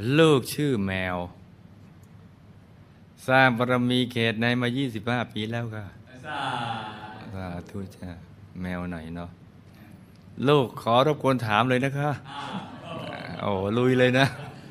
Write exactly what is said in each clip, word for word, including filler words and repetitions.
ลูกชื่อแมวสร้างบารมีเขตในมายี่สิบห้าปีแล้วค่ะสาธุจ้าแมวไหนเนาะลูกขอรบกวนถามเลยนะคะโอ้ลุยเลยนะ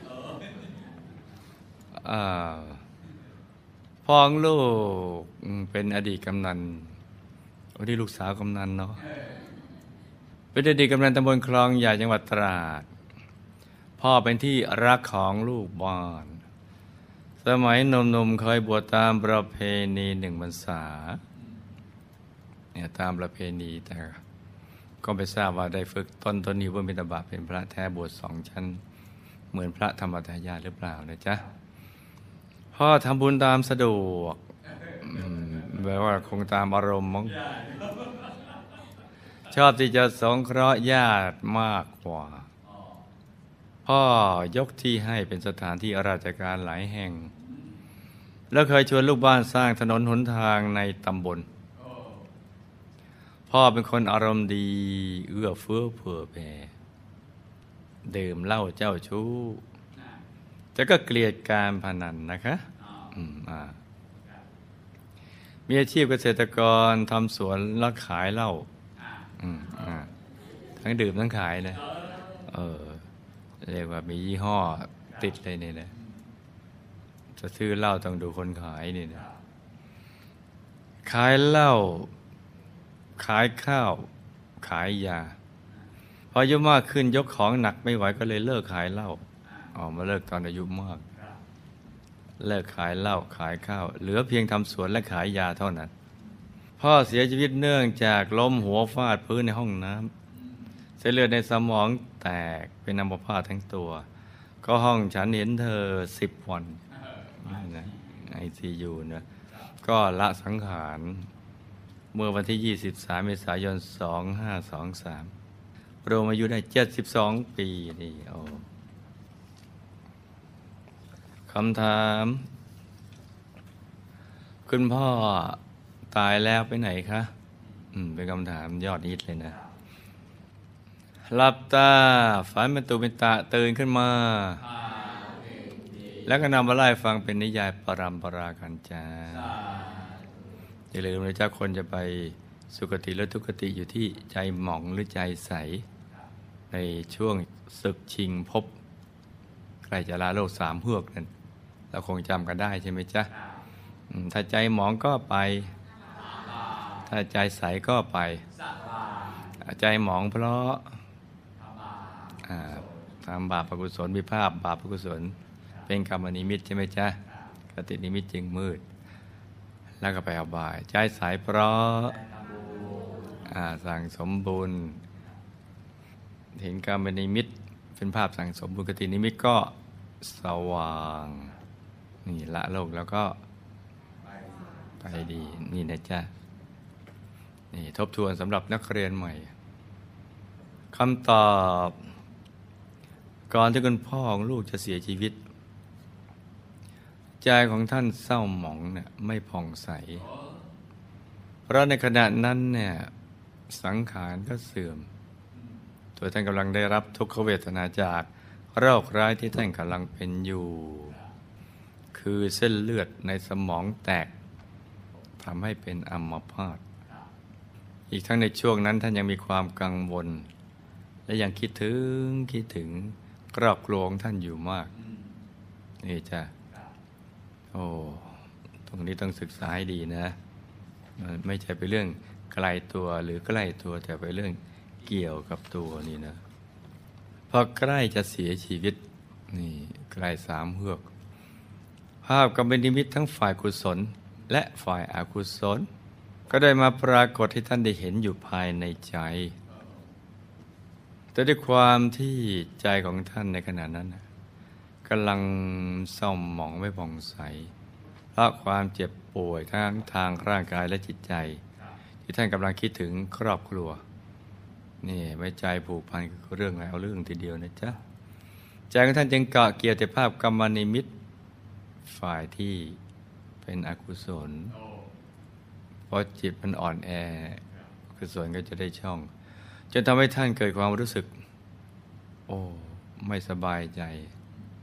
พ่อของลูกเป็นอดีตกำนันวันนี้ลูกสาวกำนันเนาะเป็นอดีตกำนันตำบลคลองใหญ่จังหวัดตราดพ่อเป็นที่รักของลูกบ้านสมัยหนุ่มๆเคยบวชตามประเพณีหนึ่งพรรษาเนี่ยตามประเพณีแต่ก็ไม่ทราบว่าได้ฝึกต้นต้นนี้ว่าเป็นตบะเป็นพระแท้บวชสองชั้นเหมือนพระธรรมทายาทหรือเปล่านะจ๊ะพ่อทำบุญตามสะดวกแบบว่าคงตามอารมณ์มั้งชอบที่จะสงเคราะห์ญาติมากกว่าพ่อยกที่ให้เป็นสถานที่ราชการหลายแห่งแล้วเคยชวนลูกบ้านสร้างถนนหนทางในตำบลพ่อเป็นคนอารมณ์ดีเอื้อเฟื้อเผื่อแผ่ดื่มเหล้าเจ้าชู้จะก็เกลียดการพนันนะคะอืมอ่ามีอาชีพเกษตรกรทำสวนแล้วขายเหล้าอืมอ่าทั้งดื่มทั้งขายเลยเออเรียกว่ามียี่ห้อติดเลยเนี่ยนะจะซื้อเหล้าต้องดูคนขายนี่นะขายเหล้าขายข้าวขายยาพออายุมากขึ้นยกของหนักไม่ไหวก็เลยเลิกขายเหล้าออกมาเลิกตอนอายุมากเลิกขายเหล้าขายข้าวเหลือเพียงทำสวนและขายยาเท่านั้นพ่อเสียชีวิตเนื่องจากล้มหัวฟาดพื้นในห้องน้ำเส้นเลือดในสมองแตกเป็นอัมพาตทั้งตัวก็ห้องฉันเห็นเธอสิบวันนะไอซียูนะก็ละสังขารเมื่อวันที่ยี่สิบสามเมษายนสองห้าสองสามรวมอายุได้เจ็ดสิบสองปีนี่โอ้คำถามคุณพ่อตายแล้วไปไหนคะอืมเป็นคำถามยอดฮิตเลยนะหลับตาฝันเป็นตุเป็นตะตื่นขึ้นมาแล้วก็นำมาไล่ฟังเป็นนิยายปรัมปรากันจาอย่าลืมนะจ๊ะคนจะไปสุคติและทุกติอยู่ที่ใจหมองหรือใจใสในช่วงศึกชิงภพใกล้จะลาโลกสามเฮือกนั่นเราคงจำกันได้ใช่ไหมจ๊ะถ้าใจหมองก็ไปถ้าใจใสก็ไปใจหมองเพราะทำบาปอกุศลมีภาพบาปอกุศลเป็นกรรมนิมิตใช่ไหมจ๊ะกตินิมิตจึงมืดแล้วก็ไปอบายใจใสเพราะสั่งสมบุญเห็นกรรมนิมิตเป็นภาพสั่งสมบุญกตินิมิตก็สว่างนี่ละโลกแล้วก็ไปดีนี่นะจ๊ะนี่ทบทวนสำหรับนักเรียนใหม่คำตอบก่อนที่คุณพ่อของลูกจะเสียชีวิตใจของท่านเศร้าหมองเนี่ยไม่ผ่องใสเพราะในขณะนั้นเนี่ยสังขารก็เสื่อมตัวท่านกำลังได้รับทุกขเวทนาจากโรคร้ายที่ท่านกำลังเป็นอยู่คือเส้นเลือดในสมองแตกทำให้เป็นอัมพาตอีกทั้งในช่วงนั้นท่านยังมีความกังวลและยังคิดถึงคิดถึงครอบครัวของท่านอยู่มากนี่จ้ะโอ้ตรงนี้ต้องศึกษาให้ดีนะไม่ใช่เป็นเรื่องไกลตัวหรือใกล้ตัวแต่เป็นเรื่องเกี่ยวกับตัวนี่นะพอใกล้จะเสียชีวิตนี่ใกล้สามเฮือกภาพกรรมนิมิตทั้งฝ่ายกุศลและฝ่ายอกุศลก็ได้มาปรากฏให้ท่านได้เห็นอยู่ภายในใจแต่ด้วยความที่ใจของท่านในขณะนั้นกำลังเศร้าหมองไม่ผ่องใสเพราะความเจ็บป่วยทั้งทางร่างกายและจิตใจที่ท่านกำลังคิดถึงครอบครัวนี่ไม่ใจผูกพันกับเรื่องอะไรเอาเรื่องทีเดียวนะจ๊ะใจของท่านจึงเกาะเกี่ยวแต่ภาพกรรมนิมิตฝ่ายที่เป็นอกุศลเพราะจิตมันอ่อนแอกุศลก็จะได้ช่องจนทำให้ท่านเกิดความรู้สึกโอ้ไม่สบายใจ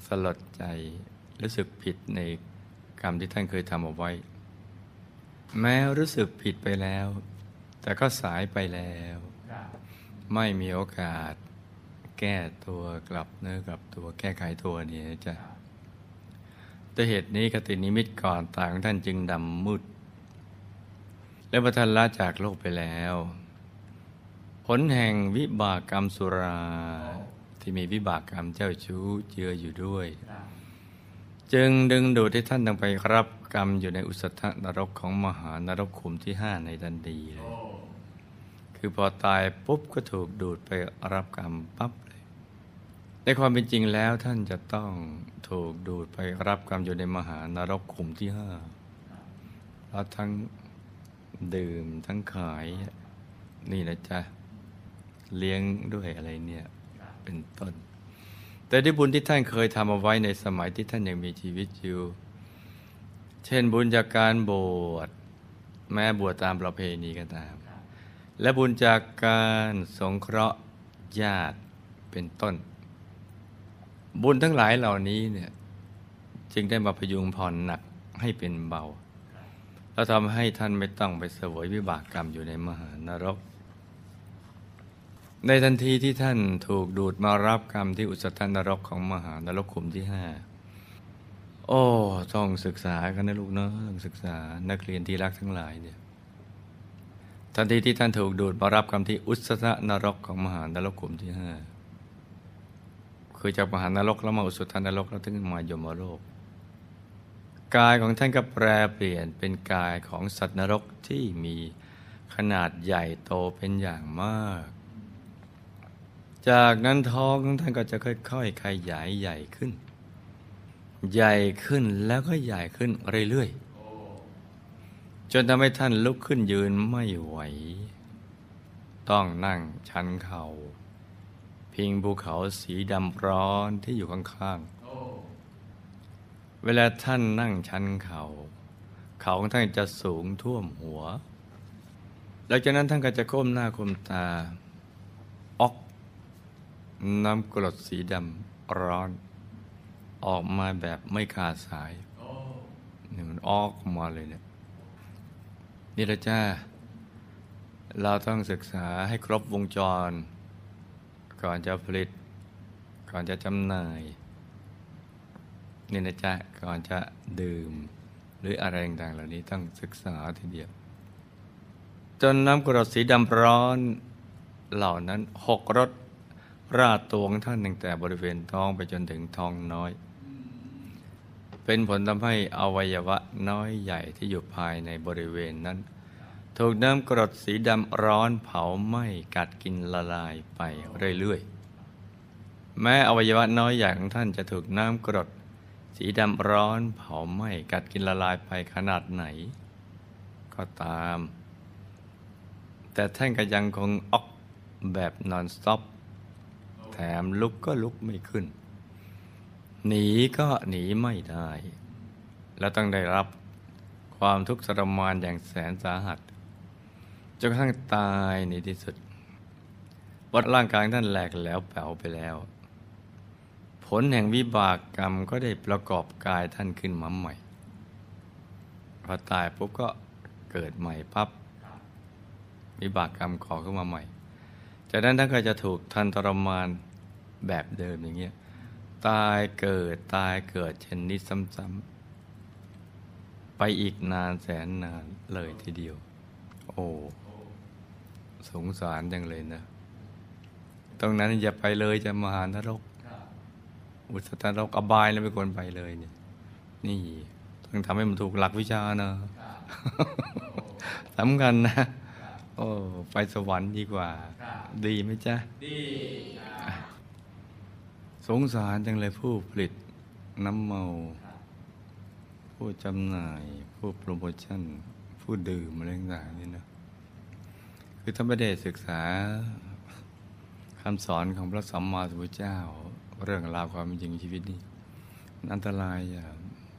สลดใจรู้สึกผิดในกรรมที่ท่านเคยทำเอาไว้แม้รู้สึกผิดไปแล้วแต่ก็สายไปแล้วไม่มีโอกาสแก้ตัวกลับเนื้อกลับตัวแก้ไขตัวนี่นะจ๊ะด้วยเหตุนี้คตินิมิตก่อนตายของท่านจึงดำมืดและพอท่านละจากโลกไปแล้วผลแห่งวิบากกรรมสุราที่มีวิบากกรรมเจ้าชู้เจืออยู่ด้วยจึงดึงดูดให้ท่านต้องไปรับกรรมอยู่ในอุสธนรกของมหานรกขุมที่ห้าในทันทีเลยคือพอตายปุ๊บก็ถูกดูดไปรับกรรมปั๊บเลยในความเป็นจริงแล้วท่านจะต้องถูกดูดไปรับกรรมอยู่ในมหานรกขุมที่ห้าเพราะทั้งดื่มทั้งขายนี่นะจ๊ะเลี้ยงด้วยอะไรเนี่ยเป็นต้นแต่ด้วยบุญที่ท่านเคยทำเอาไว้ในสมัยที่ท่านยังมีชีวิตอยู่เช่นบุญจากการบวชแม้บวชตามประเพณีก็ตามและบุญจากการสงเคราะห์ญาติเป็นต้นบุญทั้งหลายเหล่านี้เนี่ยจึงได้มาพยุงผ่อนหนักให้เป็นเบาแล้วทำให้ท่านไม่ต้องไปเสวยวิบากกรรมอยู่ในมหานรกในทันทีที่ท่านถูกดูดมารับกรรมที่อุสธนรกของมหานรกขุมที่ห้าโอ้ต้องศึกษากันนะลูกเนาะต้องศึกษานักเรียนที่รักทั้งหลายเนี่ยทันทีที่ท่านถูกดูดมารับกรรมที่อุสธนรกของมหานรกขุมที่ห้าคือจากมหานรกแล้วมาอุสธนรกแล้วถึงมายมโลกกายของท่านก็แปรเปลี่ยนเป็นกายของสัตว์นรกที่มีขนาดใหญ่โตเป็นอย่างมากจากนั้นท้องของท่านก็จะค่อยๆขยายใหญ่ขึ้นใหญ่ขึ้นแล้วก็ใหญ่ขึ้นเรื่อยๆจนทำให้ท่านลุกขึ้นยืนไม่ไหวต้องนั่งชันเข่าพิงภูเขาสีดำร้อนที่อยู่ข้างๆเวลาท่านนั่งชันเข่าเขาของท่านจะสูงท่วมหัวหลังจากนั้นท่านก็จะก้มหน้าก้มตาออกน้ำกรดสีดำร้อนออกมาแบบไม่ขาดสายนี่มันออกมาเลยเนี่ยนี่ละจ้าเราต้องศึกษาให้ครบวงจรก่อนจะผลิตก่อนจะจำหน่ายนี่นะจ๊ะก่อนจะดื่มหรืออะไรต่างๆเหล่านี้ต้องศึกษาทีเดียวจนน้ำกรดสีดำร้อนเหล่านั้นหกรสราดตัวของท่านตั้งแต่บริเวณท้องไปจนถึงท้องน้อยเป็นผลทำให้อวัยวะน้อยใหญ่ที่อยู่ภายในบริเวณนั้นถูกน้ำกรดสีดำร้อนเผาไหม้กัดกินละลายไปเรื่อยๆแม้อวัยวะน้อยใหญ่ของท่านจะถูกน้ำกรดสีดำร้อนเผาไหม้กัดกินละลายไปขนาดไหนก็ตามแต่ท่านก็ยังคงออกแบบนอนสต็อปแถมลุกก็ลุกไม่ขึ้นหนีก็หนีไม่ได้และต้องได้รับความทุกข์ทรมานอย่างแสนสาหัสจนกระทั่งตายในที่สุดวัดร่างกายท่านแหลกแล้วแป๋วไปแล้วผลแห่งวิบากกรรมก็ได้ประกอบกายท่านขึ้นมาใหม่พอตายปุ๊บก็เกิดใหม่ปั๊บวิบากกรรมก่อขึ้นมาใหม่จากนั้นท่านก็จะถูกทันทรมานแบบเดิมอย่างเงี้ยตายเกิดตายเกิดเช่นนี้ซ้ำๆไปอีกนานแสนนานเลยทีเดียวโอ้สงสารจังเลยนะตรงนั้นอย่าไปเลยจะมหานรกอุสธนรกอบายแล้วไม่ควรไปเลยเนี่ยนี่ต้องทำให้มันถูกหลักวิชานะสำคัญนะโอ้ไปสวรรค์ดีกว่าดีไหมจ๊ะดีสงสารจังเลยผู้ผลิตน้ำเมาผู้จำหน่ายผู้โปรโมชั่นผู้ดื่มอะไรต่างๆนี่นะคือถ้าไม่ได้ศึกษาคำสอนของพระสัมมาสัมพุทธเจ้าเรื่องราวความจริงชีวิตนี่อันตรายอย่าง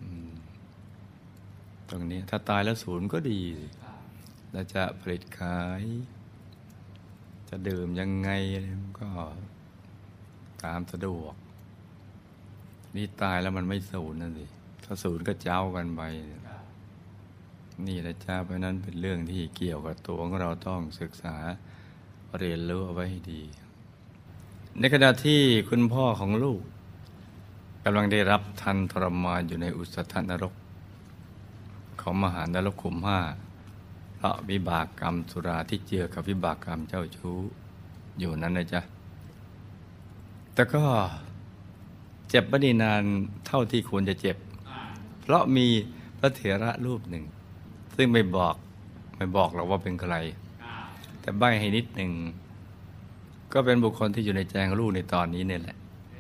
ตรงนี้ถ้าตายแล้วศูนย์ก็ดีแล้วจะผลิตขายจะดื่มยังไงก็ตามสะดวกนี่ตายแล้วมันไม่สูญนั่นสิถ้าสูญก็เจ้ากันไปนี่แหละจ้าเพราะนั้นเป็นเรื่องที่เกี่ยวกับตัวของเราต้องศึกษาเรียนรู้เอาไว้ให้ดีในขณะที่คุณพ่อของลูกกำลังได้รับทันทรมานอยู่ในอุสธนรกของมหานรกขุมห้าเพราะวิบากกรรมสุราที่เจือกับวิบากกรรมเจ้าชู้อยู่นั้นนะจ๊ะแต่ก็เจ็บไม่ได้นานเท่าที่ควรจะเจ็บเพราะมีพระเถระรูปหนึ่งซึ่งไม่บอกไม่บอกเราว่าเป็นใครแต่ใบ้ให้นิดหนึ่งก็เป็นบุคคลที่อยู่ในใจของลูกในตอนนี้เนี่ยแหละ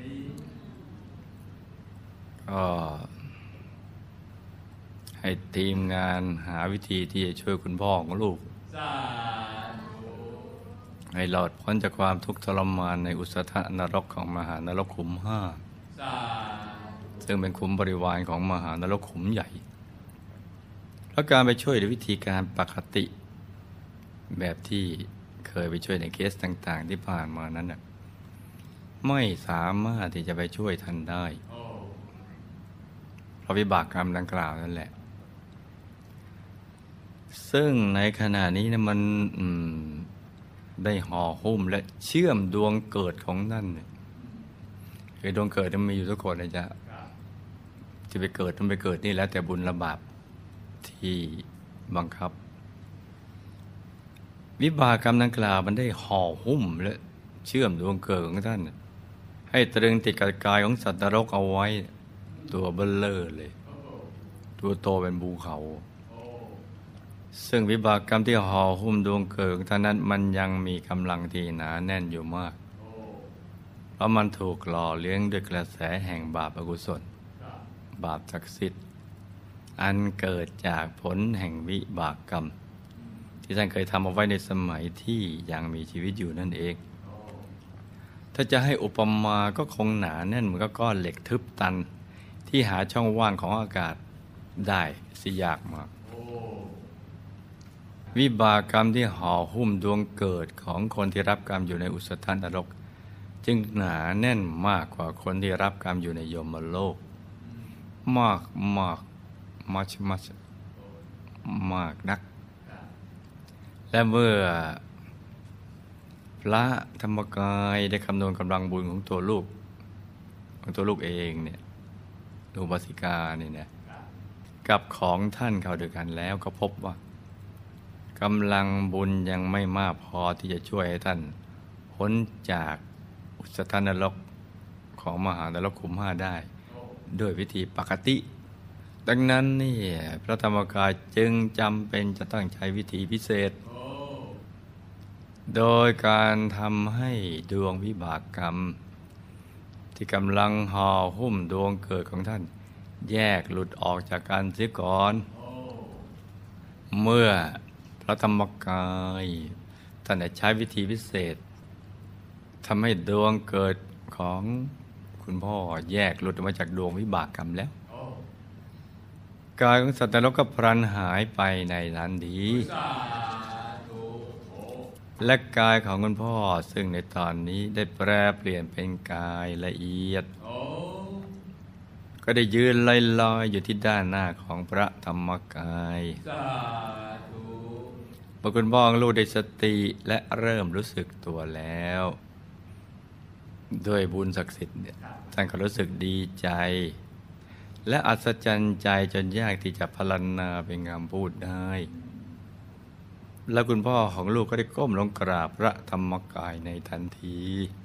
ก็ให้ทีมงานหาวิธีที่จะช่วยคุณพ่อของลูกให้หลอดพ้นจากความทุกข์ทรมานในอุสธนรกของมหานรกขุมห้าซึ่งเป็นขุมบริวารของมหานรกขุมใหญ่แล้วการไปช่วยด้วยวิธีการปกติแบบที่เคยไปช่วยในเคสต่างๆที่ผ่านมานั้นน่ะไม่สามารถที่จะไปช่วยท่านได้เพราะวิบากกรรมดังกล่าวนั่นแหละซึ่งในขณะนี้นะมันได้ห่อหุ้มและเชื่อมดวงเกิดของท่านคือดวงเกิดมันมีอยู่ทุกคนนะจ๊ะที่ไปเกิดมันไปเกิดนี่แล้วแต่บุญและบาปที่บังคับวิบากกรรมดังกล่าวมันได้ห่อหุ้มและเชื่อมดวงเกิดของท่านให้ตรึงติดกับกายของสัตว์นรกเอาไว้ตัวเบลเลอร์เลยตัวโตเป็นภูเขาซึ่งวิบากกรรมที่ห่อหุ้มดวงเกิดของท่านนั้นมันยังมีกำลังที่หนาแน่นอยู่มากเพราะมันถูกหล่อเลี้ยงด้วยกระแสแห่งบาปอกุศลบาปศักดิ์สิทธิ์อันเกิดจากผลแห่งวิบากกรรมที่ท่านเคยทำเอาไว้ในสมัยที่ยังมีชีวิตอยู่นั่นเองถ้าจะให้อุปมาก็คงหนาแน่นเหมือนกับก้อนเหล็กทึบตันที่หาช่องว่างของอากาศได้สิยากมากวิบากกรรมที่ห่อหุ้มดวงเกิดของคนที่รับกรรมอยู่ในอุสธนรกจึงหนาแน่นมากกว่าคนที่รับกรรมอยู่ในยมโลกมากมากมัชมัชมากนักและเมื่อพระธรรมกายได้คำนวณกำลังบุญของตัวลูกของตัวลูกเองเนี่ยอุบาสิกานี่นะกับของท่านเข้าด้วยกันแล้วก็พบว่ากำลังบุญยังไม่มากพอที่จะช่วยให้ท่านพ้นจากอุสธนรกของมหานรกขุมห้าได้ด้วยวิธีปกติดังนั้นนี่พระธรรมกายจึงจำเป็นจะต้องใช้วิธีพิเศษโดยการทำให้ดวงวิบากกรรมที่กำลังห่อหุ้มดวงเกิดของท่านแยกหลุดออกจากกันเสียก่อนเมื่อพระธรรมกายท่านได้ใช้วิธีพิเศษทำให้ดวงเกิดของคุณพ่อแยกหลุดออกมาจากดวงวิบากกรรมแล้วกายของสัตว์นรกก็พลันหายไปในทันทีและกายของคุณพ่อซึ่งในตอนนี้ได้แปรเปลี่ยนเป็นกายละเอียดก็ได้ยืนลอยๆอยู่ที่ด้านหน้าของพระธรรมกายเมื่อคุณพ่อลูกได้สติและเริ่มรู้สึกตัวแล้วด้วยบุญศักดิ์สิทธิ์ท่านก็รู้สึกดีใจและอัศจรรย์ใจจนยากที่จะพรรณนาเป็นคำพูดได้แล้วคุณพ่อของลูกก็ได้ก้มลงกราบพระธรรมกายในทันที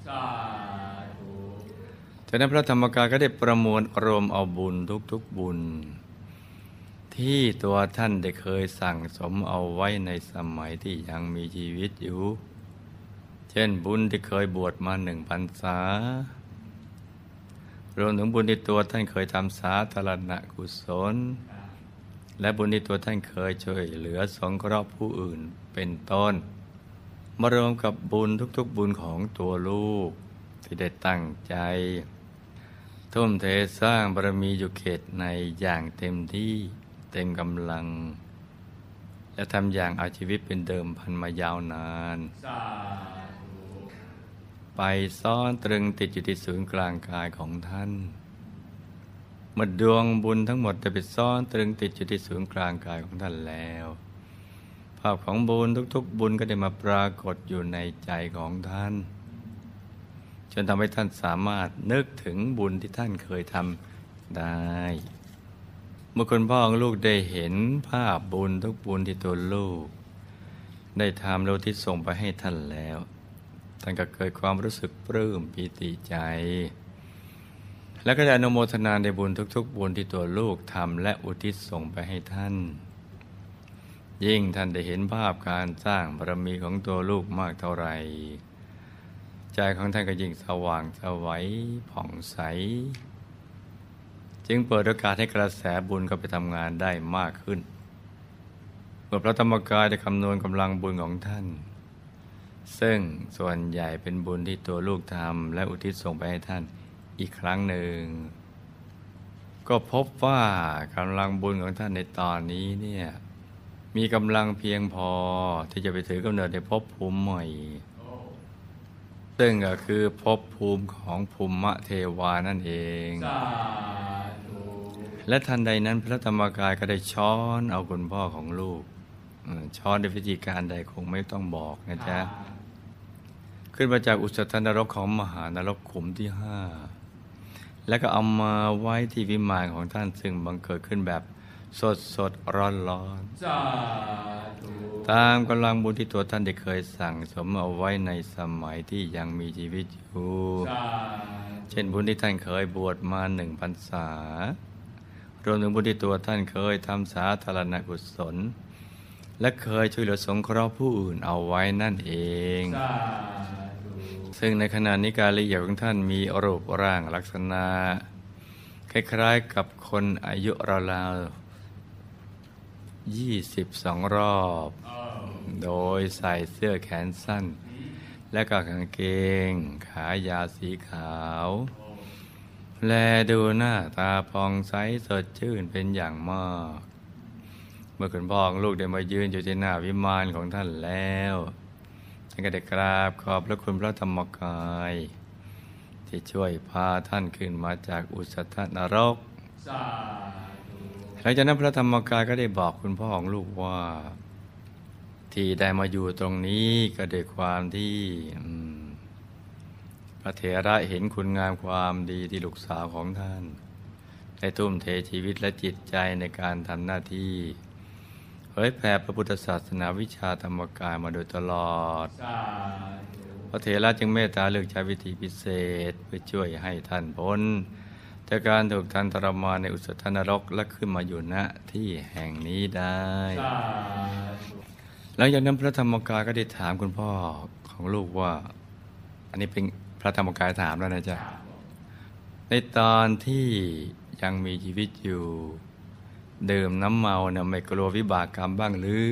จากนั้นพระธรรมกายก็ได้ประมวลรวมเอาบุญทุกๆบุญที่ตัวท่านได้เคยสั่งสมเอาไว้ในสมัยที่ยังมีชีวิตอยู่เช่นบุญที่เคยบวชมาหนึ่งพรรษารวมถึงบุญที่ตัวท่านเคยทำสาธารณกุศลและบุญที่ตัวท่านเคยช่วยเหลือสงเคราะห์ผู้อื่นเป็นต้นมารวมกับบุญทุกๆบุญของตัวลูกที่ได้ตั้งใจทุ่มเทสร้างบารมีอยู่เขตในอย่างเต็มที่เต็มกำลังและทำอย่างเอาชีวิตเป็นเดิมพันมายาวนานไปซ่อนตรึงติดอยู่ที่ศูนย์กลางกายของท่านเมื่อดวงบุญทั้งหมดได้ไปซ่อนตรึงติดอยู่ที่ศูนย์กลางกายของท่านแล้วภาพของบุญทุกๆบุญก็ได้มาปรากฏอยู่ในใจของท่านจนทำให้ท่านสามารถนึกถึงบุญที่ท่านเคยทำได้เมื่อคุณพ่อของลูกได้เห็นภาพบุญทุกบุญที่ตัวลูกได้ทำแล้วที่ส่งไปให้ท่านแล้วท่านก็เกิดความรู้สึกปลื้มปิติใจและก็ได้อนุโมทนาในบุญทุกๆบุญที่ตัวลูกทำและอุทิศส่งไปให้ท่านยิ่งท่านได้เห็นภาพการสร้างบารมีของตัวลูกมากเท่าไหร่ใจของท่านก็ยิ่งสว่างสวัยผ่องใสจึงเปิดโอกาสให้กระแสบุญก็ไปทำงานได้มากขึ้นเมื่อพระธรรมกายได้คำนวณกำลังบุญของท่านซึ่งส่วนใหญ่เป็นบุญที่ตัวลูกทำและอุทิศส่งไปให้ท่านอีกครั้งหนึ่งก็พบว่ากำลังบุญของท่านในตอนนี้เนี่ยมีกำลังเพียงพอที่จะไปถือกำเนิดในภพภูมิใหม่ซึ่งก็คือภพภูมิของภูมิเทวานั่นเองและทันใดนั้นพระธรรมกายก็ได้ช้อนเอาคุณพ่อของลูกช้อนด้วยวิธีการใดคงไม่ต้องบอกนะจ๊ะขึ้นมาจากอุสธนรกของมหานรกขุมที่ห้าแล้วก็เอามาไว้ที่วิมานของท่านซึ่งบังเกิดขึ้นแบบสดสดร้อนร้อนตามกำลังบุญที่ตัวท่านได้เคยสั่งสมเอาไว้ในสมัยที่ยังมีชีวิตอยู่เช่นบุญที่ท่านเคยบวชมาหนึ่งพรรษารวมถึงบุญที่ตัวท่านเคยทำสาธารณกุศลและเคยช่วยเหลือสงเคราะห์ผู้อื่นเอาไว้นั่นเองซึ่งในขณะนี้การละเอียดของท่านมีรูปร่างลักษณะคล้ายๆกับคนอายุราวๆยี่สิบสองรอบโดยใส่เสื้อแขนสั้นและก็กางเกงขายาวสีขาวแลดูหน้าตาผ่องใสสดชื่นเป็นอย่างมากเมื่อคุณพ่อของลูกได้มายืนอยู่ที่หน้าวิมานของท่านแล้วท่านก็ได้กราบขอบพระคุณพระธรรมกายที่ช่วยพาท่านขึ้นมาจากอุสธนรกหลังจากนั้นพระธรรมกายก็ได้บอกคุณพ่อของลูกว่าที่ได้มาอยู่ตรงนี้ก็ด้วยความที่พระเถระเห็นคุณงามความดีที่ลูกสาวของท่านได้ทุ่มเทชีวิตและจิตใจในการทำหน้าที่เผยแผ่พระพุทธศาสนาวิชาธรรมกายมาโดยตลอดพระเถระจึงเมตตาเลือกใช้วิธีพิเศษเพื่อช่วยให้ท่านพ้นจากการถูกท่านทรมานในอุสธนรกและขึ้นมาอยู่ณที่แห่งนี้ได้หลังจากนั้นพระธรรมกายก็ได้ถามคุณพ่อของลูกว่าอันนี้เป็นพระธรรมกายถามแล้วนะจ๊ะในตอนที่ยังมีชีวิตอยู่ดื่มน้ำเมาเนี่ยไม่กลัววิบากกรรมบ้างหรือ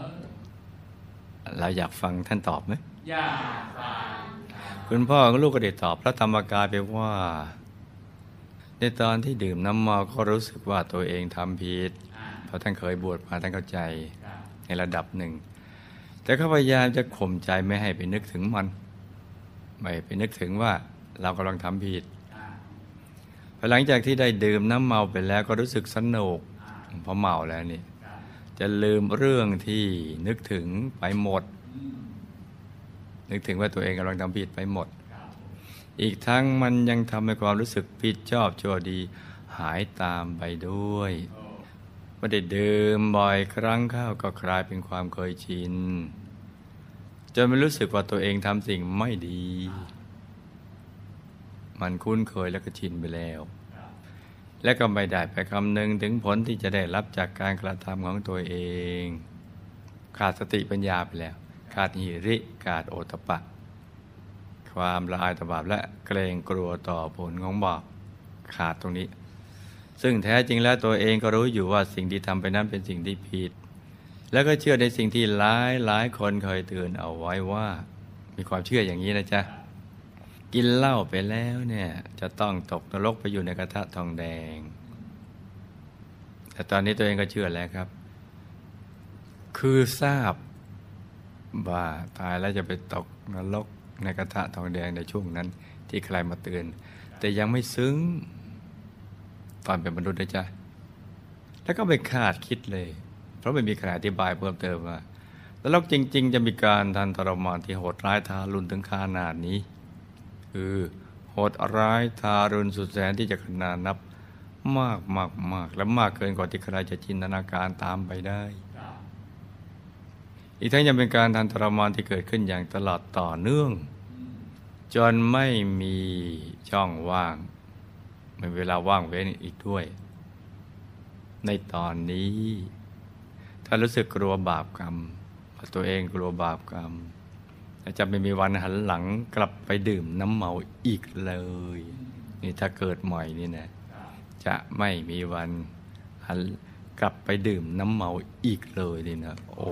เราอยากฟังท่านตอบไหมอยากฟังคุณพ่อของลูกก็ได้ตอบพระธรรมกายไปว่าในตอนที่ดื่มน้ำเมาก็รู้สึกว่าตัวเองทำผิดเพราะท่านเคยบวชมาท่านเข้าใจในระดับหนึ่งแต่เขาพยายามจะข่มใจไม่ให้ไปนึกถึงมันไม่ไปนึกถึงว่าเรากำลังทำผิดพอหลังจากที่ได้ดื่มน้ำเมาไปแล้วก็รู้สึกสนุกเพราะเมาแล้วนี่จะลืมเรื่องที่นึกถึงไปหมดนึกถึงว่าตัวเองกำลังทำผิดไปหมดอีกทั้งมันยังทำให้ความรู้สึกผิดชอบชั่วดีหายตามไปด้วยเมื่อได้ดื่มบ่อยครั้งเข้าก็กลายเป็นความเคยชินจนมันรู้สึกว่าตัวเองทำสิ่งไม่ดีมันคุ้นเคยแล้วก็ชินไปแล้วและก็ไม่ได้ไปคำนึงถึงผลที่จะได้รับจากการกระทำของตัวเองขาดสติปัญญาไปแล้วขาดหิริขาดโอตตัปปะความละอายต่อบาปและเกรงกลัวต่อผลของบาปขาดตรงนี้ซึ่งแท้จริงแล้วตัวเองก็รู้อยู่ว่าสิ่งที่ทำไปนั้นเป็นสิ่งที่ผิดแล้วก็เชื่อในสิ่งที่หลายหลายคนเคยเตือนเอาไว้ว่ามีความเชื่ออย่างนี้นะจ๊ะกินเหล้าไปแล้วเนี่ยจะต้องตกนรกไปอยู่ในกระทะทองแดงแต่ตอนนี้ตัวเองก็เชื่อแล้วครับคือทราบว่าตายแล้วจะไปตกนรกในกระทะทองแดงในช่วงนั้นที่ใครมาเตือนแต่ยังไม่ซึ้งตอนเป็นมนุษย์นะจ๊ะแล้วก็ไม่คาดคิดเลยเพราะไม่มีใครอธิบายเพิ่มเติมว่าแล้วโลกจริงๆจะมีการทันทรมานที่โหดร้ายทารุณถึงขนาดนี้คือโหดร้ายทารุณสุดแสนที่จะขนาดนับมากมากมากและมากเกินกว่าที่ใครจะจินตนาการตามไปได้อีกทั้งยังเป็นการทันทรมานที่เกิดขึ้นอย่างตลอดต่อเนื่องจนไม่มีช่องว่างไม่มีเวลาว่างเว้นอีกด้วยในตอนนี้ถ้ารู้สึกกลัวบาปกรรมตัวเองกลัวบาปกรรมจะไม่มีวันหันหลังกลับไปดื่มน้ำเมาอีกเลยนี่ถ้าเกิดใหม่นี่นะจะไม่มีวันหันกลับไปดื่มน้ำเมาอีกเลยนี่นะโอ้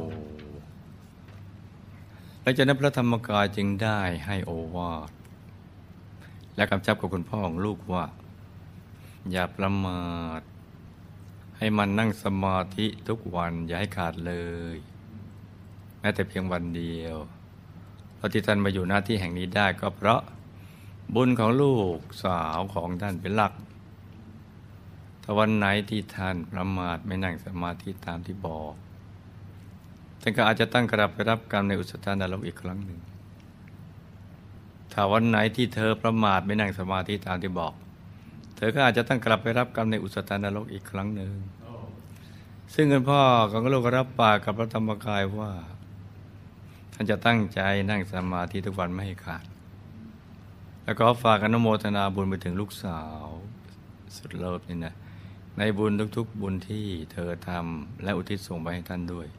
แล้วจากนั้นพระธรรมกายจึงได้ให้โอวาทและกำชับกับคุณพ่อของลูกว่าอย่าประมาทให้มันนั่งสมาธิทุกวันอย่าให้ขาดเลยแม้แต่เพียงวันเดียวเพราะที่ท่านมาอยู่หน้าที่แห่งนี้ได้ก็เพราะบุญของลูกสาวของท่านเป็นหลักถ้าวันไหนที่ท่านประมาทไม่นั่งสมาธิตามที่บอกท่านก็อาจจะตั้งกลับไปรับกรรมในอุสตานรกอีกครั้งหนึ่งถ้าวันไหนที่เธอประมาทไม่นั่งสมาธิตามที่บอกเธอก็อาจจะต้องกลับไปรับกรรมในอุสตานรกอีกครั้งหนึ่งซึ่งคุณพ่อของลูกก็รับปากกับพระธรรมกายว่าท่านจะตั้งใจนั่งสมาธิทุกวันไม่ให้ขาดแล้วก็ฝากอนุโมทนาบุญไปถึงลูกสาวสุดเลิศนี่นะในบุญทุกๆบุญที่เธอทำและอุทิศส่งไปให้ท่านด้วย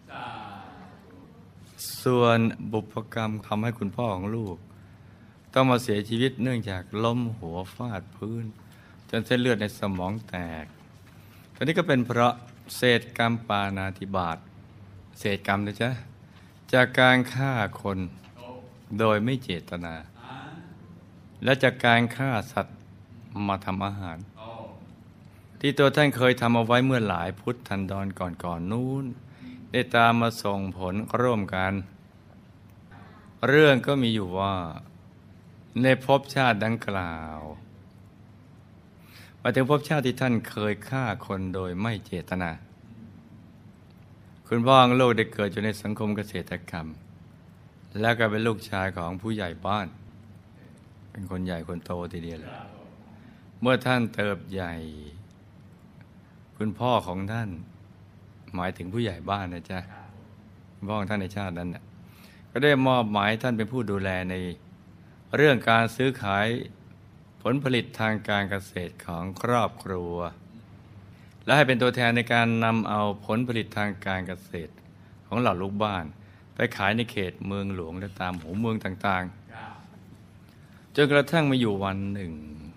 ส่วนบุพกรรมทำให้คุณพ่อของลูกต้องมาเสียชีวิตเนื่องจากล้มหัวฟาดพื้นจนเส้นเลือดในสมองแตกตอนนี้ก็เป็นเพราะเศษกรรมปาณาธิบาตเศษกรรมนะจ๊ะจากการฆ่าคนโดยไม่เจตนาและจากการฆ่าสัตว์มาทำอาหารที่ตัวท่านเคยทำเอาไว้เมื่อหลายพุทธันดรก่อนๆ น, นู้นได้ตามมาส่งผลร่วมกันเรื่องก็มีอยู่ว่าในภพชาติดังกล่าวมาถึงภพชาติที่ท่านเคยฆ่าคนโดยไม่เจตนาคุณพ่อของลูกได้เกิดอยู่ในสังคมเกษตรกรรมและก็เป็นลูกชายของผู้ใหญ่บ้านเป็นคนใหญ่คนโตทีเดียวเลยเมื่อท่านเติบใหญ่คุณพ่อของท่านหมายถึงผู้ใหญ่บ้านนะจ๊ะคุณพ่อของท่านในชาตินั้นน่ะก็ได้มอบหมายท่านเป็นผู้ดูแลในเรื่องการซื้อขายผลผลิตทางการเกษตรของครอบครัวและให้เป็นตัวแทนในการนำเอาผลผลิตทางการเกษตรของเหล่าลูกบ้านไปขายในเขตเมืองหลวงและตามหัวเมืองต่างๆจนกระทั่งมาอยู่วันหนึ่ง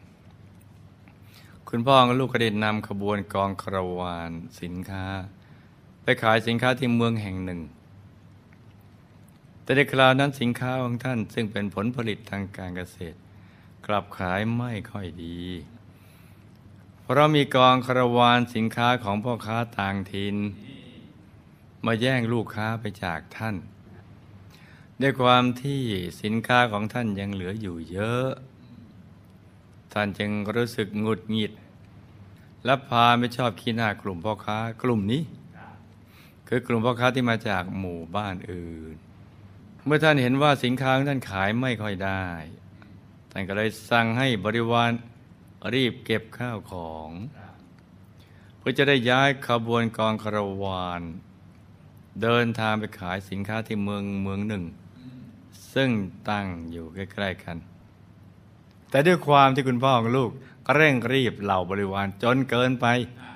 คุณพ่อกับลูกก็ได้นำขบวนกองคาราวานสินค้าไปขายสินค้าที่เมืองแห่งหนึ่งแต่ในคราวนั้นสินค้าของท่านซึ่งเป็นผลผลิตทางการเกษตรกลับขายไม่ค่อยดีเพราะมีกองคาราวานสินค้าของพ่อค้าต่างถิ่นมาแย่งลูกค้าไปจากท่านด้วยความที่สินค้าของท่านยังเหลืออยู่เยอะท่านจึงรู้สึกหงุดหงิดและพาไม่ชอบขี้หน้ากลุ่มพ่อค้ากลุ่มนี้คือกลุ่มพ่อค้าที่มาจากหมู่บ้านอื่นเมื่อท่านเห็นว่าสินค้าของท่านขายไม่ค่อยได้ท่านก็เลยสั่งให้บริวารรีบเก็บข้าวของเพื่อจะได้ย้ายขบวนกองคาราวานเดินทางไปขายสินค้าที่เมืองเมืองหนึ่งซึ่งตั้งอยู่ใกล้ๆกันแต่ด้วยความที่คุณพ่อของลูกก็เร่งรีบเหล่าบริวารจนเกินไป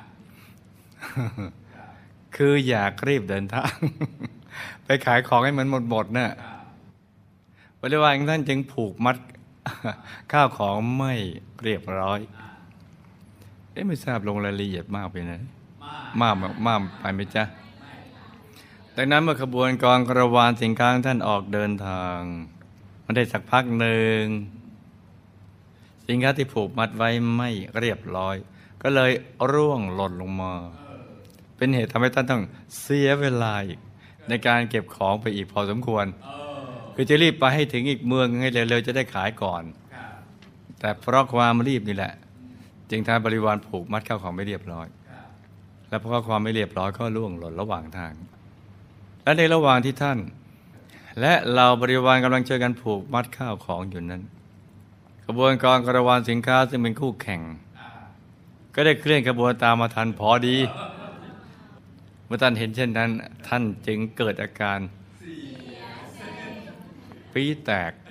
คืออยากรีบเดินทาง ไปขายของให้มันหมดๆน่ะบริวารของท่านจึงผูกมัด ข้าวของไม่เรียบร้อยเอ๊ะไม่ทราบลงรายละเอียดมากไปนะมากมากไปไหมจ๊ะดังนั้นเมื่อขบวนกองคาราวานสินค้าของท่านออกเดินทางมันได้สักพักหนึ่งสินค้าที่ผูกมัดไว้ไม่เรียบร้อยก็เลยร่วงหล่นลงมาเป็นเหตุทำให้ท่านต้องเสียเวลาอีกในการเก็บของไปอีกพอสมควรคือจะรีบไปให้ถึงอีกเมืองให้เร็วๆจะได้ขายก่อนแต่เพราะความรีบนี่แหละจึงทางบริวารผูกมัดเข้าของไม่เรียบร้อยและเพราะความไม่เรียบร้อยก็ล่วงหล่นระหว่างทางและในระหว่างที่ท่านและเราบริวารกำลังช่วยกันผูกมัดข้าวของอยู่นั้นขบวนการคาราวานสินค้าซึ่งเป็นคู่แข่งก็ได้เคลื่อนขบวนตามมาทันพอดีเมื่อท่านเห็นเช่นนั้นท่านจึงเกิดอาการปี๊แตก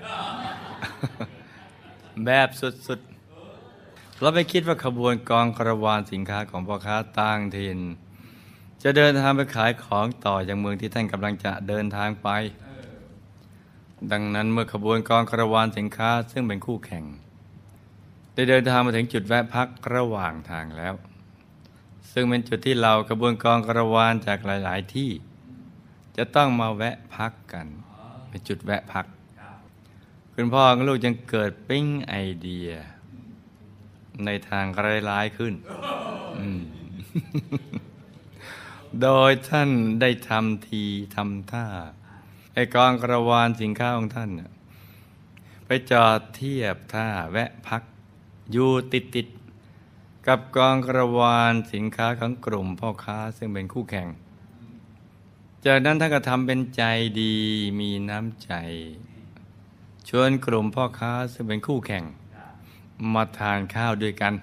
แบบสุดๆเราไม่คิดว่าขบวนกองคาราวานสินค้าของพ่อค้าต่างถิ่นจะเดินทางไปขายของต่อยังเมืองที่ท่านกำลังจะเดินทางไปดังนั้นเมื่อขบวนกองคาราวานสินค้าซึ่งเป็นคู่แข่งได้เดินทางมาถึงจุดแวะพักระหว่างทางแล้วซึ่งเป็นจุดที่เราขบวนกองคาราวานจากหลายๆที่จะต้องมาแวะพักกันเป็นจุดแวะพักคุณพ่อกับลูกจึงเกิดปิ๊งไอเดียในทางร้ายๆขึ้น โดยท่านได้ทำทีทำท่าไอ้กองคาราวานสินค้าของท่านไปจอดเทียบท่าแวะพักอยู่ติดๆกับกองคาราวานสินค้าของกลุ่มพ่อค้าซึ่งเป็นคู่แข่งจากนั้นท่านก็ทำเป็นใจดีมีน้ำใจชวนกลุ่มพ่อค้าซึ่งเป็นคู่แข่งมาทานข้าวด้วยกัน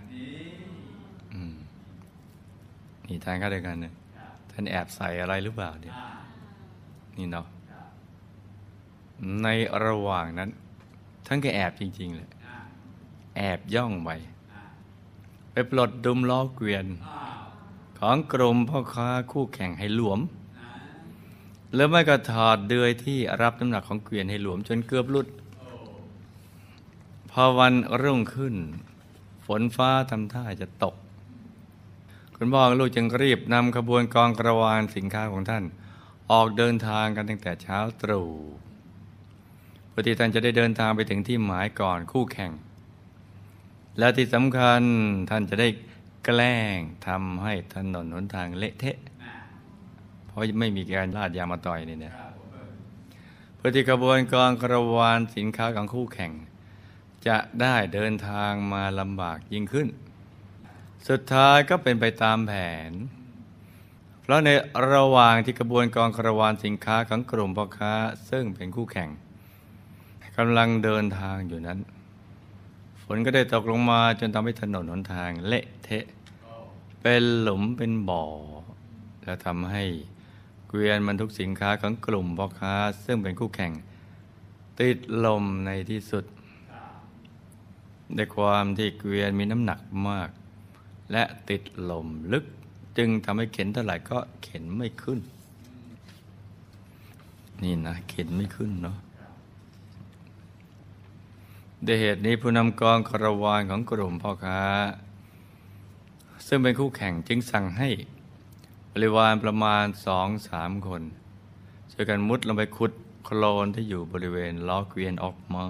นี่ทานข้าวด้วยกันเนี่ยท่านแอบใส่อะไรหรือเปล่าเนี่ยนี่เนาะในระหว่างนั้นท่านก็แอบจริงๆเลยแอบย่องไปไปปลดดุมล้อเกวียนของกลุ่มพ่อค้าคู่แข่งให้หลวมหรือไม่ก็ถอดเดือยที่รับน้ำหนักของเกวียนให้หลวมจนเกือบหลุดพอวันรุ่งขึ้นฝนฟ้าทำท่าจะตกคุณพ่อลูกจึงรีบนำขบวนกองคาราวานสินค้าของท่านออกเดินทางกันตั้งแต่เช้าตรู่เพื่อที่ท่านจะได้เดินทางไปถึงที่หมายก่อนคู่แข่งและที่สำคัญท่านจะได้แกล้งทำให้ถนนหนทางเละเทะเพราะไม่มีการลาดยางมาต่อยนี่เนี่ยเพื่อที่ขบวนกองคาราวานสินค้าของคู่แข่งจะได้เดินทางมาลำบากยิ่งขึ้นสุดท้ายก็เป็นไปตามแผนเพราะในระหว่างที่ขบวนกองคาราวานสินค้าของกลุ่มพ่อค้าซึ่งเป็นคู่แข่งกำลังเดินทางอยู่นั้นฝนก็ได้ตกลงมาจนทำให้ถนนหนทางเละเทะเป็นหลุมเป็นบ่อและทำให้เกวียนบรรทุกสินค้าของกลุ่มพ่อค้าซึ่งเป็นคู่แข่งติดลมในที่สุดด้วยความที่เกวียนมีน้ำหนักมากและติดลมลึกจึงทำให้เข็นเท่าไหร่ก็เข็นไม่ขึ้นนี่นะเข็นไม่ขึ้นเนาะด้วยเหตุนี้ผู้นำกองคาราวานของกลุ่มพ่อค้าซึ่งเป็นคู่แข่งจึงสั่งให้บริวารประมาณสองสามคนช่วยกันมุดลงไปขุดโคลนที่อยู่บริเวณล้อเกวียนออกมา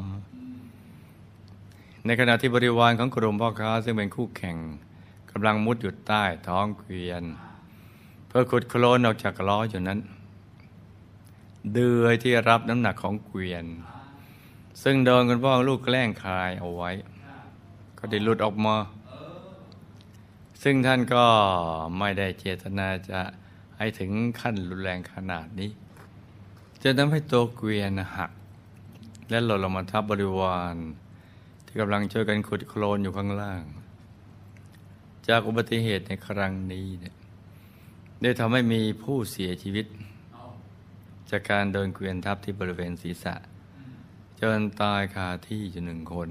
ในขณะที่บริวารของกลุ่มพ่อค้าซึ่งเป็นคู่แข่งกำลังมุดอยู่ใต้ท้องเกวียนเพื่อขุดโคลนออกจากล้ออยู่นั้นเดือยที่รับน้ำหนักของเกวียนซึ่งโดนคุณพ่อลูกแกล้งคายเอาไว้ก็ได้หลุดออกมาซึ่งท่านก็ไม่ได้เจตนาจะให้ถึงขั้นรุนแรงขนาดนี้จะทำให้ตัวเกวียนหักและหล่นลงมาทับบริวารที่กำลังช่วยกันขุดโคลนอยู่ข้างล่างจากอุบัติเหตุในครั้งนี้เนี่ยได้ทำให้มีผู้เสียชีวิตจากการโดนเกวียนทับที่บริเวณศีรษะจนตายคาที่อยู่หนึ่งคน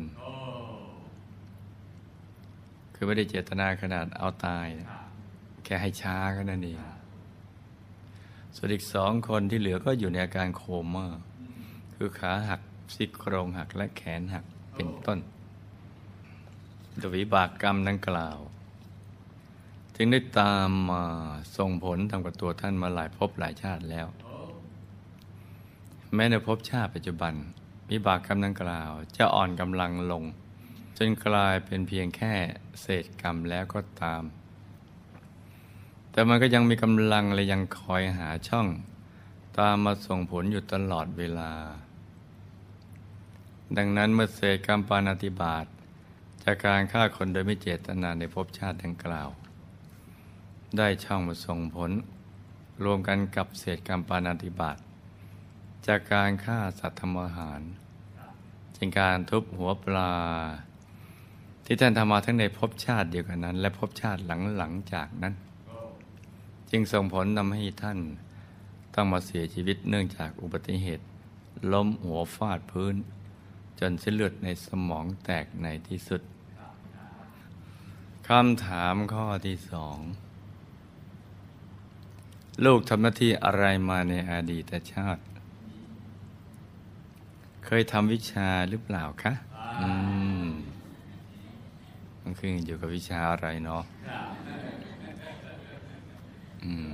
คือไม่ได้เจตนาขนาดเอาตายแค่ให้ช้าแค่นั้นเองส่วนอีกสองคนที่เหลือก็อยู่ในอาการโคม่าคือขาหักซี่โครงหักและแขนหักเป็นต้นโดยวิบากกรรมดังกล่าวจึงได้ตามมาส่งผลทำกับตัวท่านมาหลายภพหลายชาติแล้วแม้ในภพชาติปัจจุบันวิบากกรรมดังกล่าวจะอ่อนกำลังลงจนกลายเป็นเพียงแค่เศษกรรมแล้วก็ตามแต่มันก็ยังมีกำลังและยังคอยหาช่องตามมาส่งผลอยู่ตลอดเวลาดังนั้นเมื่อเศษกรรมปาณาติบาตจากการฆ่าคนโดยไม่เจตนาในภพชาติดังกล่าวได้ช่องมาส่งผลรวมกันกับเศษกรรมปาณาติบาตจากการฆ่าสัตว์ทำอาหารเป็นการทุบหัวปลาที่ท่านทำมาทั้งในภพชาติเดียวกันนั้นและภพชาติหลังๆจากนั้นจึงส่งผลทำให้ท่านต้องมาเสียชีวิตเนื่องจากอุบัติเหตุล้มหัวฟาดพื้นจนเส้นเลือดในสมองแตกในที่สุดคำถามข้อที่สองลูกทำหน้าที่อะไรมาในอดีตชาติเคยทำวิชาหรือเปล่าคะอืมมันขึ้นอยู่กับวิชาอะไรเนาะอืม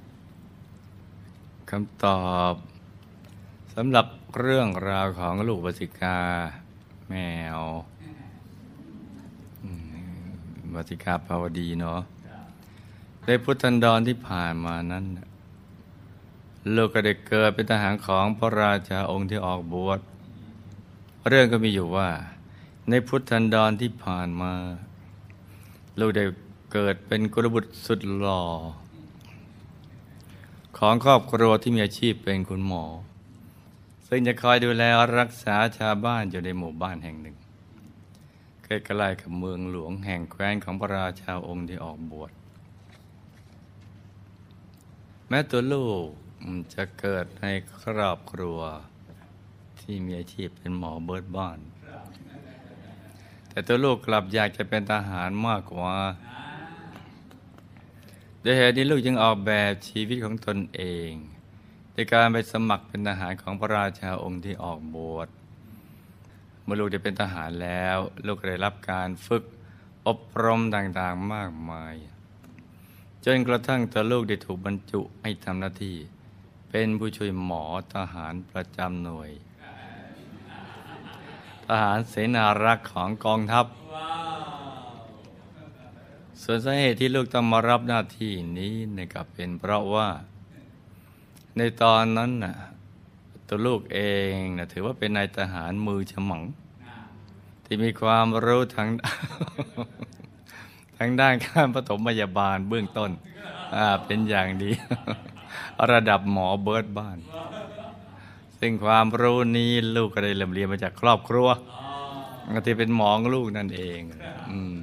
คำตอบสำหรับเรื่องราวของลูกวสิกาแมววสิกาภาวดีเนาะในพุทธันดรที่ผ่านมานั้นลูกก็ได้เกิดเป็นทหารของพระราชาองค์ที่ออกบวชเรื่องก็มีอยู่ว่าในพุทธันดรที่ผ่านมาลูกได้เกิดเป็นกุลบุตรสุดหล่อของครอบครัวที่มีอาชีพเป็นคุณหมอซึ่งจะคอยดูแลรักษาชาวบ้านอยู่ในหมู่บ้านแห่งหนึ่งใกล้ๆกับเมืองหลวงแห่งแคว้นของพระราชาองค์ที่ออกบวชแม้ตัวลูกจะเกิดในครอบครัวที่มีอาชีพเป็นหมอเบิร์ดบ้านแต่ตัวลูกกลับอยากจะเป็นทหารมากกว่าด้วยเหตุนี้ลูกจึงออกแบบชีวิตของตนเองในการไปสมัครเป็นทหารของพระราชาองค์ที่ออกบวชเมื่อลูกได้เป็นทหารแล้วลูกได้รับการฝึกอบรมต่างๆมากมายจนกระทั่งตัวลูกได้ถูกบรรจุให้ทำหน้าที่เป็นผู้ช่วยหมอทหารประจำหน่วยทหารเสนารักษ์ของกองทัพส่วนสาเหตุที่ลูกต้องมารับหน้าที่นี้นี่ก็เป็นเพราะว่าในตอนนั้นน่ะตัวลูกเองนะถือว่าเป็นนายทหารมือฉมังที่มีความรู้ทั้ง ทั้งด้านการปฐมพยาบาลเบื้องต้นเป็นอย่างดี ระดับหมอเบิร์ดบ้านซึ่งความรู้นี้ลูกก็ได้เริ่มเรียนมาจากครอบครัวที่เป็นหมอของลูกนั่นเองอืม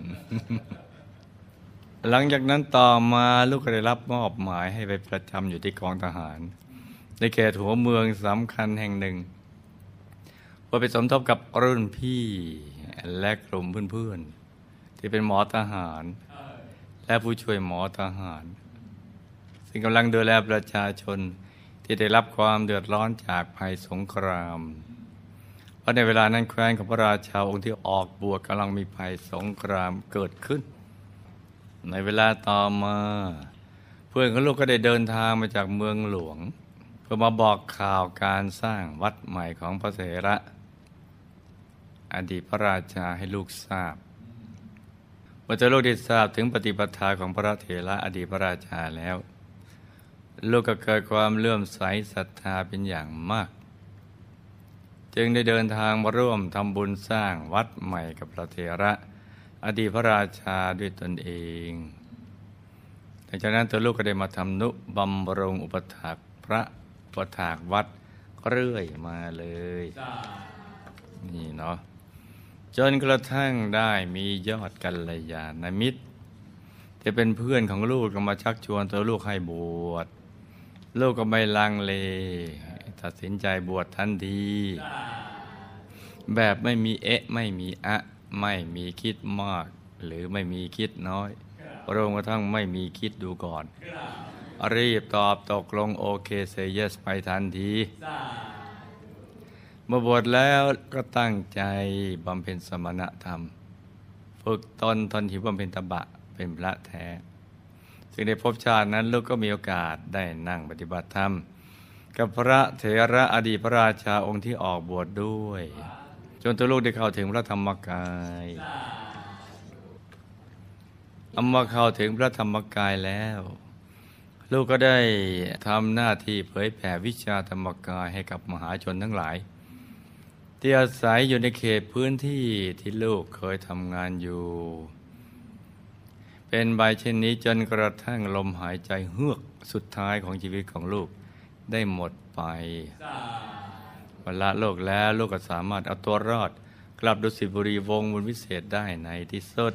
หลังจากนั้นต่อมาลูกก็ได้รับมอบหมายให้ไปประจำอยู่ที่กองทหารในเขตหัวเมืองสำคัญแห่งหนึ่งเพื่อไปสมทบกับรุ่นพี่และกลุ่มเพื่อนๆที่เป็นหมอทหารและผู้ช่วยหมอทหารซึ่งกำลังดูแลประชาชนที่ได้รับความเดือดร้อนจากภัยสงครามเพราะในเวลานั้นแคว้นของพระราชาองค์ที่ออกบวชกำลังมีภัยสงครามเกิดขึ้นในเวลาต่อมาเพื่อนของลูกก็ได้เดินทางมาจากเมืองหลวงเพื่อมาบอกข่าวการสร้างวัดใหม่ของพระเถระอดีตพระราชาให้ลูกทราบเมื่อเจ้าลูกได้ทราบถึงปฏิปทาของพระเถระอดีตพระราชาแล้วลูกก็เกิดความเลื่อมใสศรัทธาเป็นอย่างมากจึงได้เดินทางมาร่วมทำบุญสร้างวัดใหม่กับพระเถระอดีตพระราชาด้วยตนเองหลังจากนั้นตัวลูกก็ได้มาทำนุบำรุงอุปถากพระอุปถากวัดเรื่อยมาเลยนี่เนาะจนกระทั่งได้มียอดกัลยาณมิตรที่เป็นเพื่อนของลูกก็มาชักชวนตัวลูกให้บวชลูกก็ไม่ลังเลตัดสินใจบวชทันทีแบบไม่มีเอะไม่มีอะไม่มีคิดมากหรือไม่มีคิดน้อยรวมกระทั่งไม่มีคิดดูก่อนรีบตอบตกลงโอเคเซเยสไปทันทีเมื่อบวชแล้วก็ตั้งใจบำเพ็ญสมณธรรมฝึกตนทนหิวบำเพ็ญตบะเป็นพระแท้ซึ่งในภพชาตินั้นลูกก็มีโอกาสได้นั่งปฏิบัติธรรมกับพระเถระอดีตพระราชาองค์ที่ออกบวชด้วยจนตัวลูกได้เข้าถึงพระธรรมกายเอามาเข้าถึงพระธรรมกายแล้วลูกก็ได้ทำหน้าที่เผยแผ่วิชาธรรมกายให้กับมหาชนทั้งหลายทที่อาศัยอยู่ในเขตพื้นที่ที่ลูกเคยทำงานอยู่เป็นใบเช่นนี้จนกระทั่งลมหายใจเฮือกสุดท้ายของชีวิตของลูกได้หมดไปเวลาโลกแล้วลูกก็สามารถเอาตัวรอดกลับดุสิตบุรีวงศ์บุญวิเศษได้ในที่สุด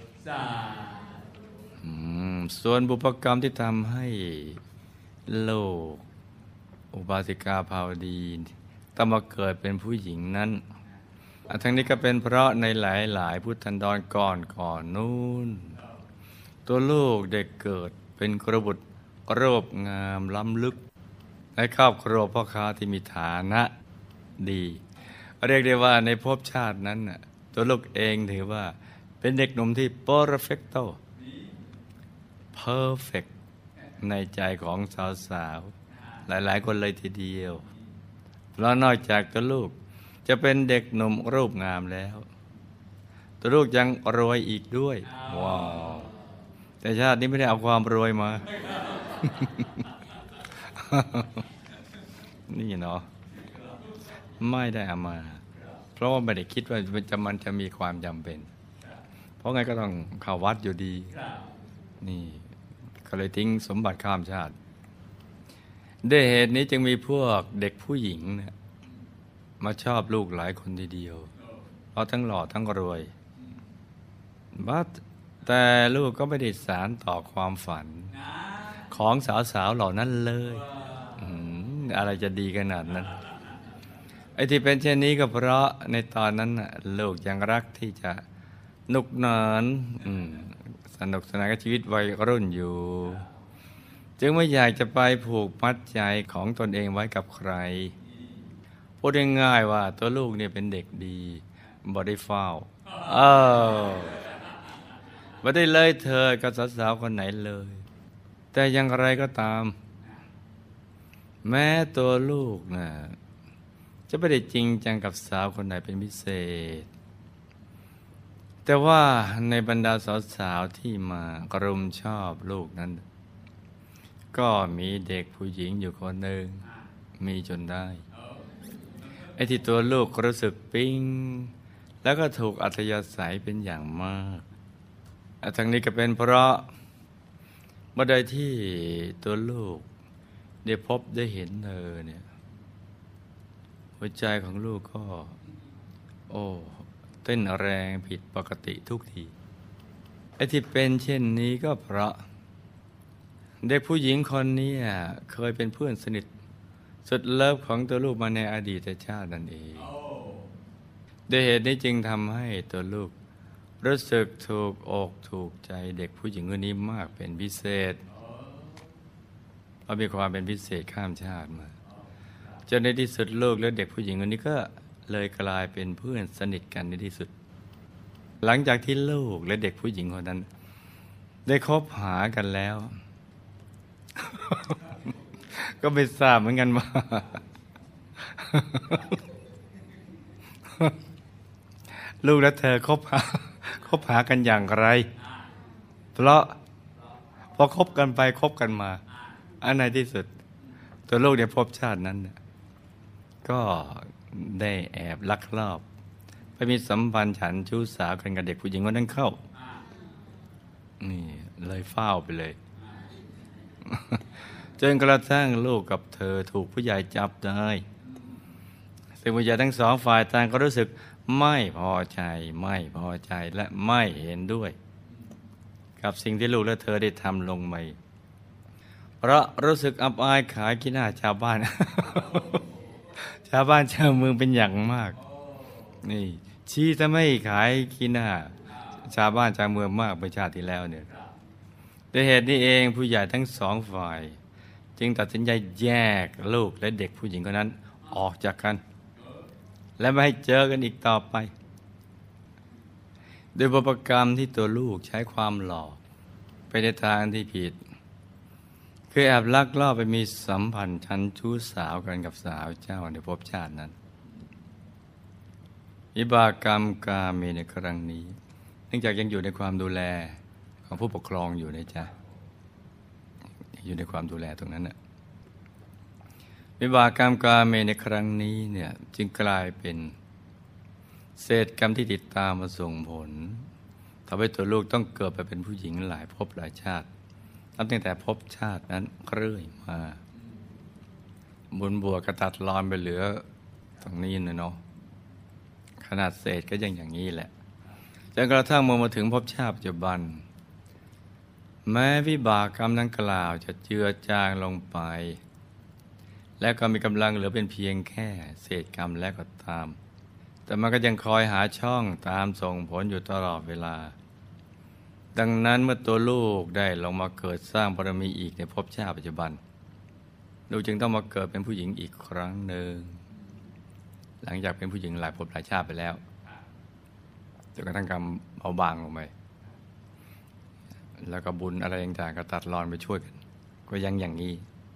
ส่วนบุพกรรมที่ทำให้โลกอุบาสิกาภาวดีต้องมาเกิดเป็นผู้หญิงนั้นทั้งนี้ก็เป็นเพราะในหลายๆพุทธันดรก่อนก่อนนู้นตัวลูกได้เกิดเป็นกระบุตรรูปงามล้ำลึกในครอบครัวพ่อค้าที่มีฐานะดีเรียกได้ว่าในภพชาตินั้นตัวลูกเองถือว่าเป็นเด็กหนุ่มที่ perfecto perfect ในใจของสาวๆหลายๆคนเลยทีเดียวเพราะนอกจากตัวลูกจะเป็นเด็กหนุ่มรูปงามแล้วตัวลูกยังรวยอีกด้วยว้าวแต่ชาตินี้ไม่ได้เอาความรวยมา นี่เนาะไม่ได้เอามาเพราะว่าไม่ได้คิดว่ามันจะมันจะมีความจำเป็นเพราะไงก็ต้องเข้าวัดอยู่ดีนี่ก็เลยทิ้งสมบัติข้ามชาติด้วยเหตุนี้จึงมีพวกเด็กผู้หญิงเนี่ยมาชอบลูกหลายคนทีเดียวเพราะทั้งหล่อทั้งรวยบัดแต่ลูกก็ไม่ได้สารต่อความฝันของสาวๆเหล่านั้นเลยอะไรจะดีขนาดนั้นไอ้ที่เป็นเช่นนี้ก็เพราะในตอนนั้นลูกยังรักที่จะหนุกหนานสนุกสนานกับชีวิตวัยรุ่นอยู่จึงไม่อยากจะไปผูกมัดใจของตนเองไว้กับใครพูดง่ายๆว่าตัวลูกเนี่ยเป็นเด็กดีบ่ได้เฝ้าเออไม่ได้เลยเธอกับสาวๆคนไหนเลยแต่อย่างไรก็ตามแม้ตัวลูกนะจะไม่ได้จริงจังกับสาวคนไหนเป็นพิเศษแต่ว่าในบรรดาสาวๆที่มากรุมชอบลูกนั้นก็มีเด็กผู้หญิงอยู่คนหนึ่งมีจนได้ไอ้ที่ตัวลูกรู้สึกปิ๊งแล้วก็ถูกอัธยาศัยเป็นอย่างมากทั้งนี้ก็เป็นเพราะเมื่อใดที่ตัวลูกได้พบได้เห็นเธอเนี่ยหัวใจของลูกก็โอ้เต้นแรงผิดปกติทุกทีไอ้ที่เป็นเช่นนี้ก็เพราะเด็กผู้หญิงคนนี้เคยเป็นเพื่อนสนิทสุดเลิฟของตัวลูกมาในอดีตชาตินั่นเองด้วยเหตุนี้จึงทำให้ตัวลูกรู้สึกถูกอกถูกใจเด็กผู้หญิงคนนี้มากเป็นพิเศษเพราะมีความเป็นพิเศษข้ามชาติมาจนในที่สุดลูกและเด็กผู้หญิงคนนี้ก็เลยกลายเป็นเพื่อนสนิทกันในที่สุดหลังจากที่ลูกและเด็กผู้หญิงคนนั้นได้คบหากันแล้ว ก็ไม่ทราบเหมือนกันว่า ลูกและเธอคบหาคบหากันอย่างไรเพราะพอคบกันไปคบกันมาอันในที่สุดตัวลูกในภพชาตินั้นก็ได้แอบลักลอบไปมีสัมพันธ์ฉันชู้สาวกันกับเด็กผู้หญิงคนนั้นเข้านี่เลยเฝ้าไปเลยจนกระทั่งลูกกับเธอถูกผู้ใหญ่จับได้ซึ่งผู้ใหญ่ทั้งสองฝ่ายต่างก็รู้สึกไม่พอใจไม่พอใจและไม่เห็นด้วยกับสิ่งที่ลูกและเธอได้ทำลงไปเพราะรู้สึกอับอายขายขี้หน้าชาวบ้าน ชาวบ้านชาวเมืองเป็นอย่างมากนี่ชี้จะไม่ขายขี้หน้าชาวบ้านชาวเมืองมากเมื่อชาติที่แล้วเนี่ยด้วยเหตุนี้เองผู้ใหญ่ทั้งสองฝ่ายจึงตัดสินใจแยกลูกและเด็กผู้หญิงคนนั้นออกจากกันและไม่ให้เจอกันอีกต่อไปโดยบุพกรรมที่ตัวลูกใช้ความหล่อไปในทางที่ผิดคือแอบลักลอบไปมีสัมพันธ์ชั้นชู้สาวกันกับสาวเจ้าในภพชาตินั้นวิบากกรรมกาเมในครั้งนี้เนื่องจากยังอยู่ในความดูแลของผู้ปกครองอยู่นะจ๊ะอยู่ในความดูแลตรงนั้นน่ะวิบากกรรมกาเมในครั้งนี้เนี่ยจึงกลายเป็นเศษกรรมที่ติดตามมาส่งผลทำให้ตัวลูกต้องเกิดไปเป็นผู้หญิงหลายภพหลายชาตินับตั้งแต่ภพชาตินั้นเรื่อยมาบุญบวกกระตัดรอนไปเหลือตรงนี้นะเนาะขนาดเศษก็ยังอย่างนี้แหละจนกระทั่งมาถึงภพชาติปัจจุบันแม้วิบากกรรมดังกล่าวจะเจือจางลงไปและก็มีกำลังเหลือเป็นเพียงแค่เศษกรรมและก็ตามแต่มันก็ยังคอยหาช่องตามส่งผลอยู่ตลอดเวลาดังนั้นเมื่อตัวลูกได้ลงมาเกิดสร้างบารมีอีกในภพชาติปัจจุบันลูกจึงต้องมาเกิดเป็นผู้หญิงอีกครั้งหนึ่งหลังจากเป็นผู้หญิงหลายภพหลายชาติไปแล้วจนกระทั่งกรรมเบาบางลงไปแล้วก็บุญอะไรต่างๆก็ตัดรอนไปช่วยกันก็ยังอย่างนี้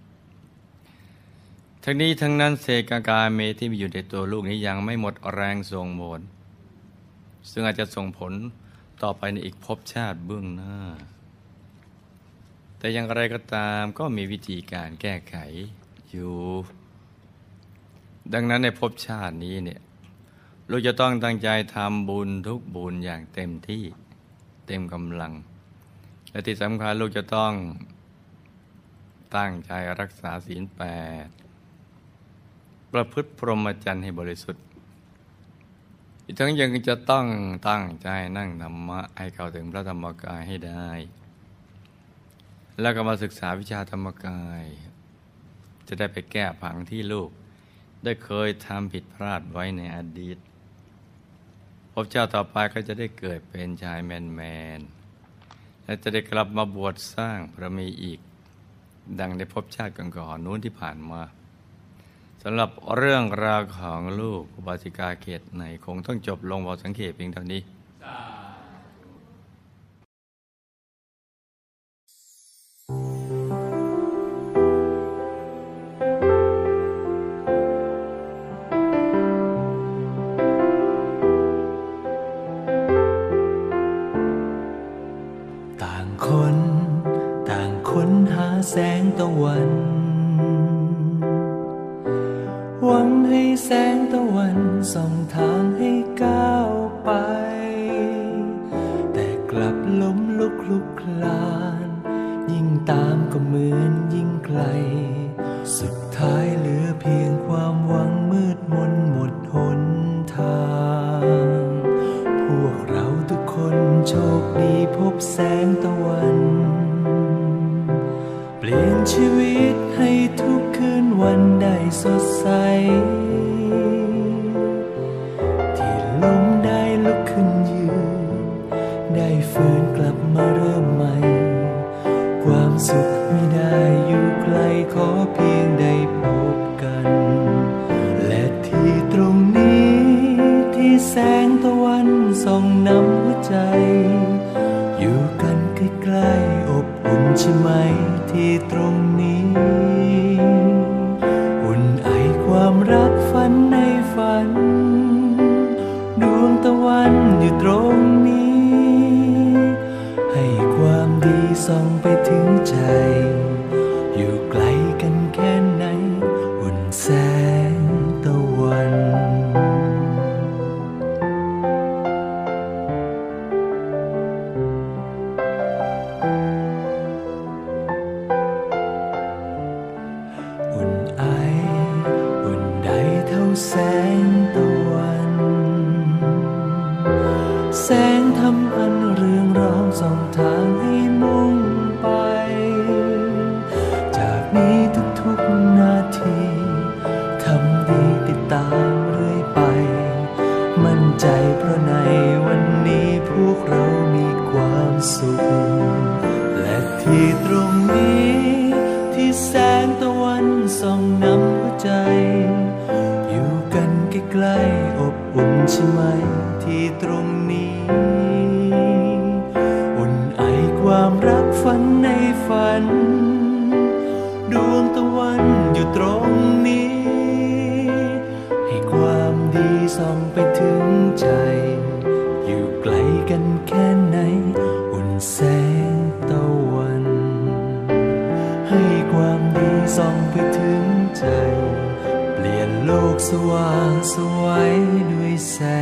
ทั้งนี้ทั้งนั้นเศษกายเมที่มีอยู่ในตัวลูกนี้ยังไม่หมดแรงส่งผลซึ่งอาจจะส่งผลต่อไปในอีกภพชาติเบื้องหน้าแต่อย่างไรก็ตามก็มีวิธีการแก้ไขอยู่ดังนั้นในภพชาตินี้เนี่ยลูกจะต้องตั้งใจทำบุญทุกบุญอย่างเต็มที่เต็มกำลังและที่สำคัญลูกจะต้องตั้งใจรักษาศีลแปดประพฤติพรหมจรรย์ให้บริสุทธิ์อีกทั้งยังจะต้องตั้งใจนั่งธรรมะให้เข้าถึงพระธรรมกายให้ได้แล้วก็มาศึกษาวิชาธรรมกายจะได้ไปแก้ผังที่ลูกได้เคยทำผิดพลาดไว้ในอดีตภพชาติต่อไปก็จะได้เกิดเป็นชายแมนแมนและจะได้กลับมาบวชสร้างบารมีอีกดังในภพชาติก่อนๆนู้นที่ผ่านมาสำหรับเรื่องราวของลูกอุบาสิกาเขตไหนคงต้องจบลงพอสังเขปเพียงเท่านี้ต่างคนต่างค้นหาแสงตะวันหวังให้แสงตะวันส่องทางให้ก้าวไปแต่กลับล้มลุกคลุกคลานยิ่งตามก็เหมือนยิ่งไกลสุดท้ายเหลือเพียงความหวังมืดมนหมดหนทางพวกเราทุกคนโชคดีพบแสงตะวันเปลี่ยนชีวิตให้ทุกคืนวันได้สดใสที่ล้มได้ลุกขึ้นยืนได้ฟื้นกลับมาเริ่มใหม่ความสุขไม่ได้อยู่ไกลขอเพียงได้พบกันและที่ตรงนี้ที่แสงตะวันส่องนำหัวใจอยู่กันใกล้ๆอบอุ่นใช่ไหมที่ตรงนี้อุ่นไอความรักฝันในฝันดวงตะวันอยู่ตรงนี้ให้ความดีส่องไปถึงใจอยู่ไกลกันแค่ไหนอุ่นแสงตะวันแสงตะวันแสงทำอันเรืองรองส่องทางให้มุ่งไปจากนี้ทุกๆนาทีทำดีติดตามเรื่อยไปมั่นใจเพราะในวันนี้พวกเรามีความสุขและที่ตรงนี้ที่แสงตะวันส่องนำหัวใจใกล้อบอุ่นใช่ไหมที่ตรงนี้อุ่นไอความรักฝันในฝันดวงตะวันอยู่ตรงนี้ให้ความดีส่องไปถึงใจอยู่ไกลกันแค่ไหนอุ่นแสงตะวันให้ความดีส่องไปถึงใจโลกสว่างสวยด้วยแส